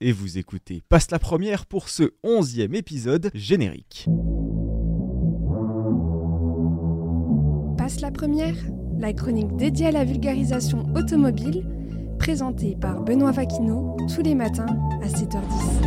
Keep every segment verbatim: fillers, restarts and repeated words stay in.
et vous écoutez Passe la première pour ce onzième épisode générique. Passe la première, la chronique dédiée à la vulgarisation automobile, présentée par Benoît Vaquineau tous les matins à sept heures dix.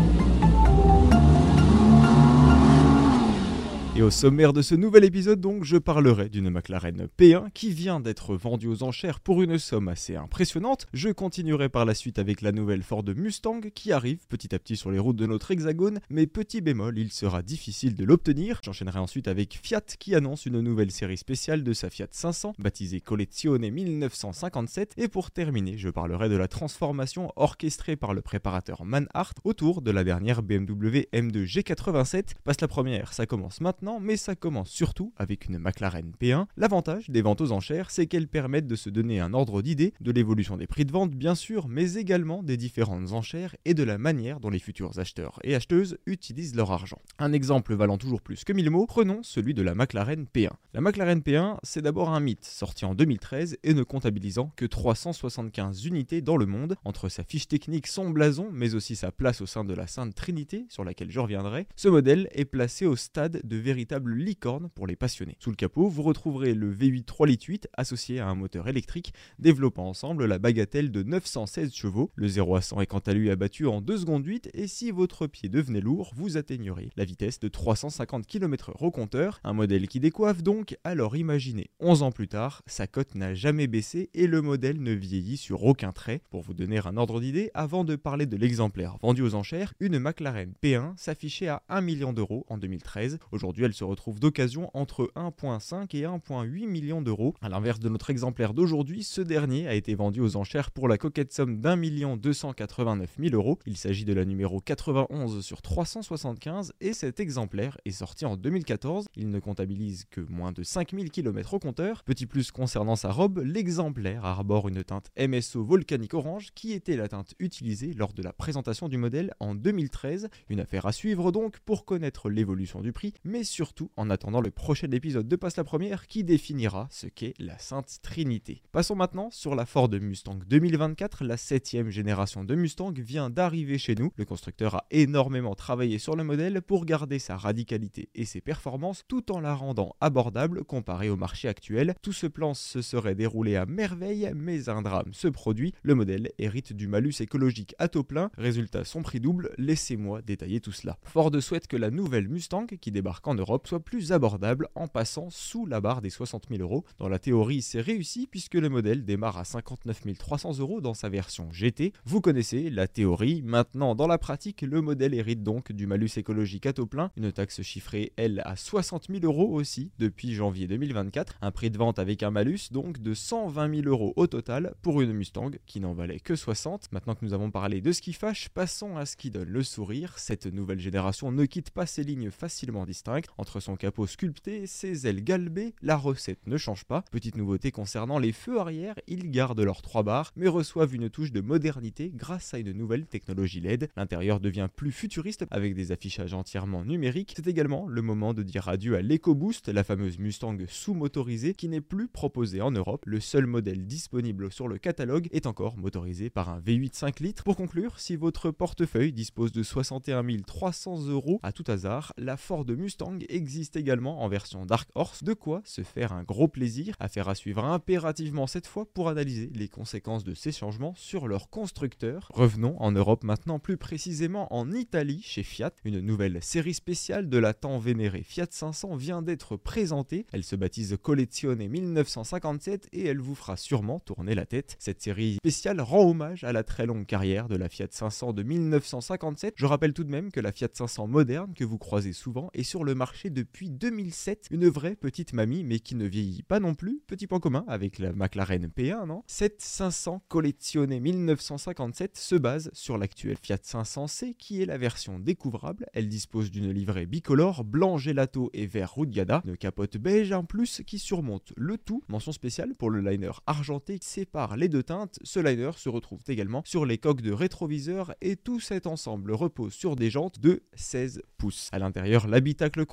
Et au sommaire de ce nouvel épisode, donc, je parlerai d'une McLaren P un qui vient d'être vendue aux enchères pour une somme assez impressionnante. Je continuerai par la suite avec la nouvelle Ford Mustang qui arrive petit à petit sur les routes de notre hexagone, mais petit bémol, il sera difficile de l'obtenir. J'enchaînerai ensuite avec Fiat qui annonce une nouvelle série spéciale de sa Fiat cinq cents, baptisée Collezione mille neuf cent cinquante-sept. Et pour terminer, je parlerai de la transformation orchestrée par le préparateur Manhart autour de la dernière B M W M deux G quatre-vingt-sept. Passe la première, ça commence maintenant. Mais ça commence surtout avec une McLaren P un. L'avantage des ventes aux enchères, c'est qu'elles permettent de se donner un ordre d'idée de l'évolution des prix de vente, bien sûr, mais également des différentes enchères et de la manière dont les futurs acheteurs et acheteuses utilisent leur argent. Un exemple valant toujours plus que mille mots, prenons celui de la McLaren P un. La McLaren P un, c'est d'abord un mythe, sorti en deux mille treize et ne comptabilisant que trois cent soixante-quinze unités dans le monde. Entre sa fiche technique, son blason, mais aussi sa place au sein de la Sainte Trinité, sur laquelle je reviendrai, ce modèle est placé au stade de véritable licorne pour les passionnés. Sous le capot, vous retrouverez le V huit trois litres huit associé à un moteur électrique, développant ensemble la bagatelle de neuf cent seize chevaux. Le zéro à cent est quant à lui abattu en deux secondes huit et si votre pied devenait lourd, vous atteignerez la vitesse de trois cent cinquante kilomètres heure au compteur. Un modèle qui décoiffe donc, alors imaginez, onze ans plus tard, sa cote n'a jamais baissé et le modèle ne vieillit sur aucun trait. Pour vous donner un ordre d'idée, avant de parler de l'exemplaire vendu aux enchères, une McLaren P un s'affichait à un million d'euros en deux mille treize. Aujourd'hui, elle se retrouve d'occasion entre un virgule cinq et un virgule huit millions d'euros. A l'inverse de notre exemplaire d'aujourd'hui, ce dernier a été vendu aux enchères pour la coquette somme d'un million deux cent quatre-vingt-neuf mille euros. Il s'agit de la numéro quatre-vingt-onze sur trois cent soixante-quinze et cet exemplaire est sorti en deux mille quatorze. Il ne comptabilise que moins de cinq mille kilomètres au compteur. Petit plus concernant sa robe, l'exemplaire arbore une teinte M S O volcanique orange qui était la teinte utilisée lors de la présentation du modèle en deux mille treize. Une affaire à suivre donc pour connaître l'évolution du prix, mais surtout en attendant le prochain épisode de Passe la première qui définira ce qu'est la Sainte Trinité. Passons maintenant sur la Ford Mustang deux mille vingt-quatre, la septième génération de Mustang vient d'arriver chez nous. Le constructeur a énormément travaillé sur le modèle pour garder sa radicalité et ses performances tout en la rendant abordable comparé au marché actuel. Tout ce plan se serait déroulé à merveille, mais un drame se produit. Le modèle hérite du malus écologique à taux plein. Résultat, son prix double. Laissez-moi détailler tout cela. Ford souhaite que la nouvelle Mustang qui débarque en Europe soit plus abordable en passant sous la barre des soixante mille euros. Dans la théorie, c'est réussi puisque le modèle démarre à cinquante-neuf mille trois cents euros dans sa version G T. Vous connaissez la théorie, maintenant dans la pratique, le modèle hérite donc du malus écologique à taux plein, une taxe chiffrée, elle, à soixante mille euros aussi depuis janvier deux mille vingt-quatre, un prix de vente avec un malus donc de cent vingt mille euros au total pour une Mustang qui n'en valait que soixante. Maintenant que nous avons parlé de ce qui fâche, passons à ce qui donne le sourire. Cette nouvelle génération ne quitte pas ses lignes facilement distinctes. Entre son capot sculpté, ses ailes galbées, la recette ne change pas. Petite nouveauté concernant les feux arrière, ils gardent leurs trois barres mais reçoivent une touche de modernité grâce à une nouvelle technologie L E D. L'intérieur devient plus futuriste avec des affichages entièrement numériques. C'est également le moment de dire adieu à l'EcoBoost, la fameuse Mustang sous-motorisée qui n'est plus proposée en Europe. Le seul modèle disponible sur le catalogue est encore motorisé par un V huit cinq litres. Pour conclure, si votre portefeuille dispose de soixante et un mille trois cents euros à tout hasard, la Ford Mustang existe également en version Dark Horse, de quoi se faire un gros plaisir. Affaire à suivre impérativement cette fois pour analyser les conséquences de ces changements sur leur constructeur. Revenons en Europe maintenant, plus précisément en Italie chez Fiat. Une nouvelle série spéciale de la tant vénérée Fiat cinq cents vient d'être présentée. Elle se baptise Collezione mille neuf cent cinquante-sept et elle vous fera sûrement tourner la tête. Cette série spéciale rend hommage à la très longue carrière de la Fiat cinq cents de mille neuf cent cinquante-sept. Je rappelle tout de même que la Fiat cinq cents moderne que vous croisez souvent est sur le marché depuis deux mille sept, une vraie petite mamie mais qui ne vieillit pas non plus. Petit point commun avec la McLaren P un, non ? Cette cinq cents Collezione mille neuf cent cinquante-sept se base sur l'actuelle Fiat cinq cents C qui est la version découvrable. Elle dispose d'une livrée bicolore, blanc gelato et vert rugiada, une capote beige en plus qui surmonte le tout. Mention spéciale pour le liner argenté qui sépare les deux teintes. Ce liner se retrouve également sur les coques de rétroviseur et tout cet ensemble repose sur des jantes de seize pouces. À l'intérieur, l'habitacle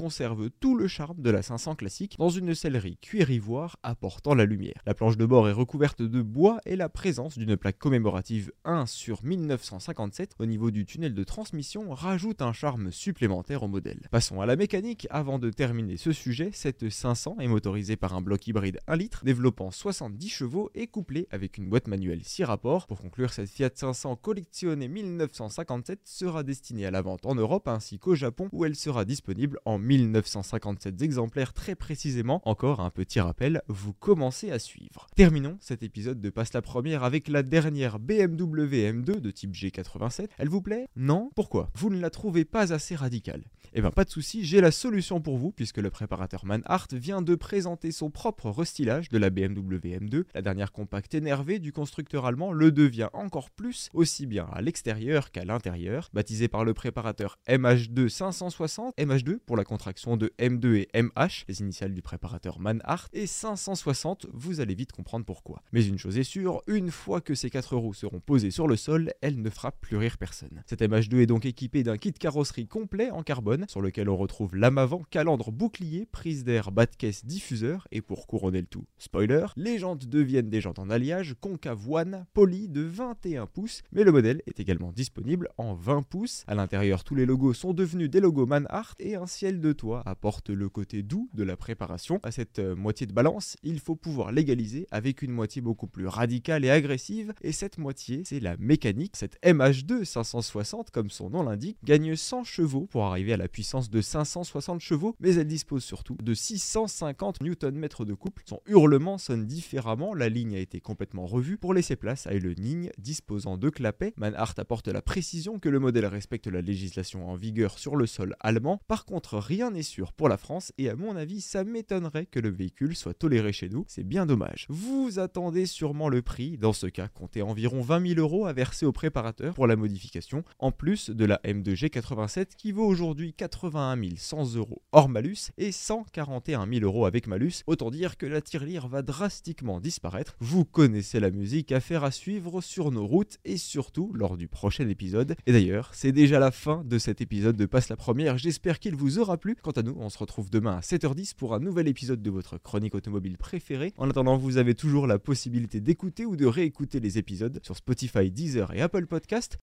conserve tout le charme de la cinq cents classique dans une sellerie cuir ivoire apportant la lumière. La planche de bord est recouverte de bois et la présence d'une plaque commémorative un sur mille neuf cent cinquante-sept au niveau du tunnel de transmission rajoute un charme supplémentaire au modèle. Passons à la mécanique. Avant de terminer ce sujet, cette cinq cents est motorisée par un bloc hybride un litre développant soixante-dix chevaux et couplé avec une boîte manuelle six rapports. Pour conclure, cette Fiat cinq cents collectionnée mille neuf cent cinquante-sept sera destinée à la vente en Europe ainsi qu'au Japon où elle sera disponible en mille neuf cent cinquante-sept exemplaires très précisément. Encore un petit rappel, vous commencez à suivre. Terminons cet épisode de Passe la première avec la dernière B M W M deux de type G quatre-vingt-sept. Elle vous plaît? Non? Pourquoi? Vous ne la trouvez pas assez radicale? Eh ben pas de souci, j'ai la solution pour vous puisque le préparateur Manhart vient de présenter son propre restylage de la B M W M deux. La dernière compacte énervée du constructeur allemand le devient encore plus, aussi bien à l'extérieur qu'à l'intérieur. Baptisé par le préparateur M H deux cinq cent soixante, M H deux pour la contraction de M deux et M H, les initiales du préparateur Manhart, et cinq cent soixante, vous allez vite comprendre pourquoi. Mais une chose est sûre, une fois que ces quatre roues seront posées sur le sol, elle ne fera plus rire personne. Cette M H deux est donc équipée d'un kit carrosserie complet en carbone, sur lequel on retrouve lame avant, calandre bouclier, prise d'air, bas de caisse, diffuseur, et pour couronner le tout, spoiler, les jantes deviennent des jantes en alliage, concave one, polies de vingt et un pouces, mais le modèle est également disponible en vingt pouces. À l'intérieur, tous les logos sont devenus des logos Manhart et un ciel de toit apporte le côté doux de la préparation. À cette euh, moitié de balance, il faut pouvoir l'égaliser avec une moitié beaucoup plus radicale et agressive, et cette moitié, c'est la mécanique. Cette M H deux cinq cent soixante, comme son nom l'indique, gagne cent chevaux pour arriver à la puissance de cinq cent soixante chevaux, mais elle dispose surtout de six cent cinquante newton-mètres de couple. Son hurlement sonne différemment, la ligne a été complètement revue pour laisser place à une ligne disposant de clapets. Manhart apporte la précision que le modèle respecte la législation en vigueur sur le sol allemand. Par contre, rien n'est sûr pour la France et à mon avis, ça m'étonnerait que le véhicule soit toléré chez nous. C'est bien dommage. Vous attendez sûrement le prix. Dans ce cas, comptez environ vingt mille euros à verser au préparateur pour la modification, en plus de la M deux G quatre-vingt-sept qui vaut aujourd'hui quatre-vingt-un mille cent euros hors malus et cent quarante et un mille euros avec malus. Autant dire que la tirelire va drastiquement disparaître. Vous connaissez la musique, affaire à suivre sur nos routes et surtout lors du prochain épisode. Et d'ailleurs, c'est déjà la fin de cet épisode de Passe la première. J'espère qu'il vous aura plu. Quant à nous, on se retrouve demain à sept heures dix pour un nouvel épisode de votre chronique automobile préférée. En attendant, vous avez toujours la possibilité d'écouter ou de réécouter les épisodes sur Spotify, Deezer et Apple Podcast.